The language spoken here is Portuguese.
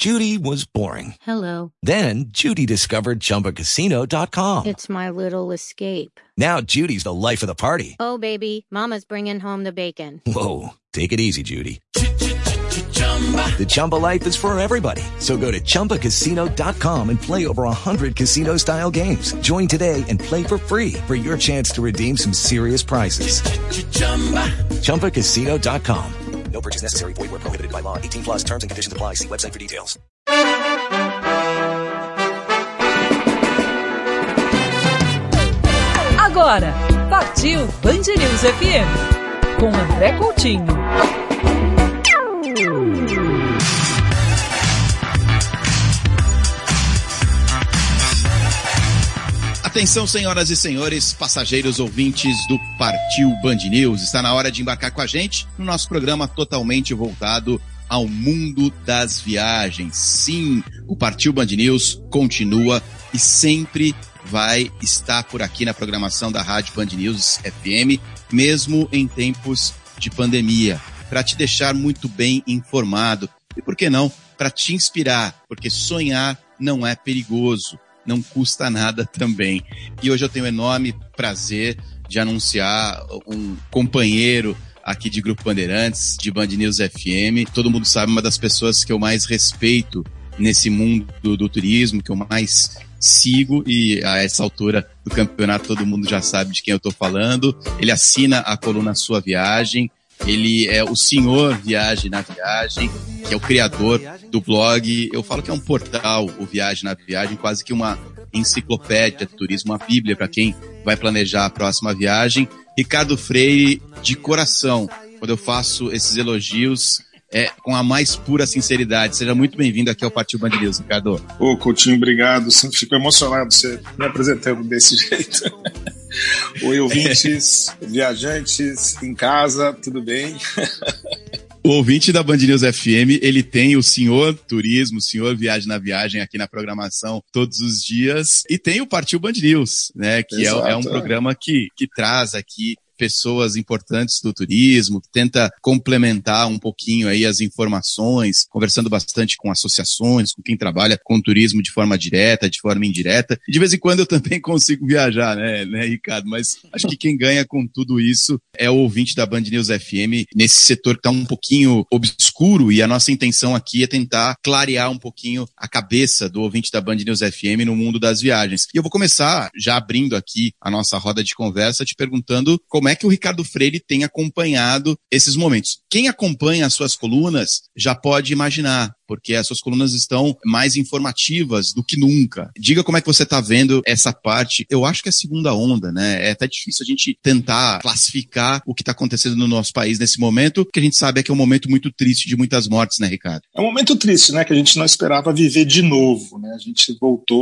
Judy was boring. Hello. Then Judy discovered ChumbaCasino.com. It's my little escape. Now Judy's the life of the party. Oh, baby, mama's bringing home the bacon. Whoa, take it easy, Judy. The Chumba life is for everybody. So go to ChumbaCasino.com and play over 100 casino-style games. Join today and play for free for your chance to redeem some serious prizes. ChumbaCasino.com. No purchase necessary. Void where prohibited by law. 18 plus terms and conditions apply. See website for details. Agora, partiu Band News FM com André Coutinho. Atenção, senhoras e senhores, passageiros ouvintes do Partiu Band News. Está na hora de embarcar com a gente no nosso programa totalmente voltado ao mundo das viagens. Sim, o Partiu Band News continua e sempre vai estar por aqui na programação da Rádio Band News FM, mesmo em tempos de pandemia, para te deixar muito bem informado e, por que não, para te inspirar, porque sonhar não é perigoso. Não custa nada também. E hoje eu tenho um enorme prazer de anunciar um companheiro aqui de Grupo Bandeirantes, de Band News FM. Todo mundo sabe, uma das pessoas que eu mais respeito nesse mundo do turismo, que eu mais sigo, e a essa altura do campeonato todo mundo já sabe de quem eu estou falando. Ele assina a coluna Sua Viagem. Ele é o senhor Viagem na Viagem, que é o criador do blog. Eu falo que é um portal, o Viagem na Viagem, quase que uma enciclopédia de turismo, uma bíblia para quem vai planejar a próxima viagem. Ricardo Freire, de coração, quando eu faço esses elogios, é com a mais pura sinceridade. Seja muito bem-vindo aqui ao Partiu Band News, Ricardo. Ô, Coutinho, obrigado. Sempre fico emocionado você me apresentando desse jeito. Oi, ouvintes, viajantes em casa, tudo bem? O ouvinte da Band News FM, ele tem o senhor turismo, o senhor Viagem na Viagem aqui na programação todos os dias, e tem o Partiu Band News, né, que é um programa que traz aqui pessoas importantes do turismo, que tenta complementar um pouquinho aí as informações, conversando bastante com associações, com quem trabalha com turismo de forma direta, de forma indireta. E de vez em quando eu também consigo viajar, né, Ricardo? Mas acho que quem ganha com tudo isso é o ouvinte da Band News FM nesse setor que está um pouquinho obscuro, e a nossa intenção aqui é tentar clarear um pouquinho a cabeça do ouvinte da Band News FM no mundo das viagens. E eu vou começar já abrindo aqui a nossa roda de conversa te perguntando como é que o Ricardo Freire tem acompanhado esses momentos. Quem acompanha as suas colunas já pode imaginar, porque as suas colunas estão mais informativas do que nunca. Diga como é que você está vendo essa parte. Eu acho que é a segunda onda, né? É até difícil a gente tentar classificar o que está acontecendo no nosso país nesse momento, porque a gente sabe que é um momento muito triste de muitas mortes, né, Ricardo? É um momento triste, né? Que a gente não esperava viver de novo, né? A gente voltou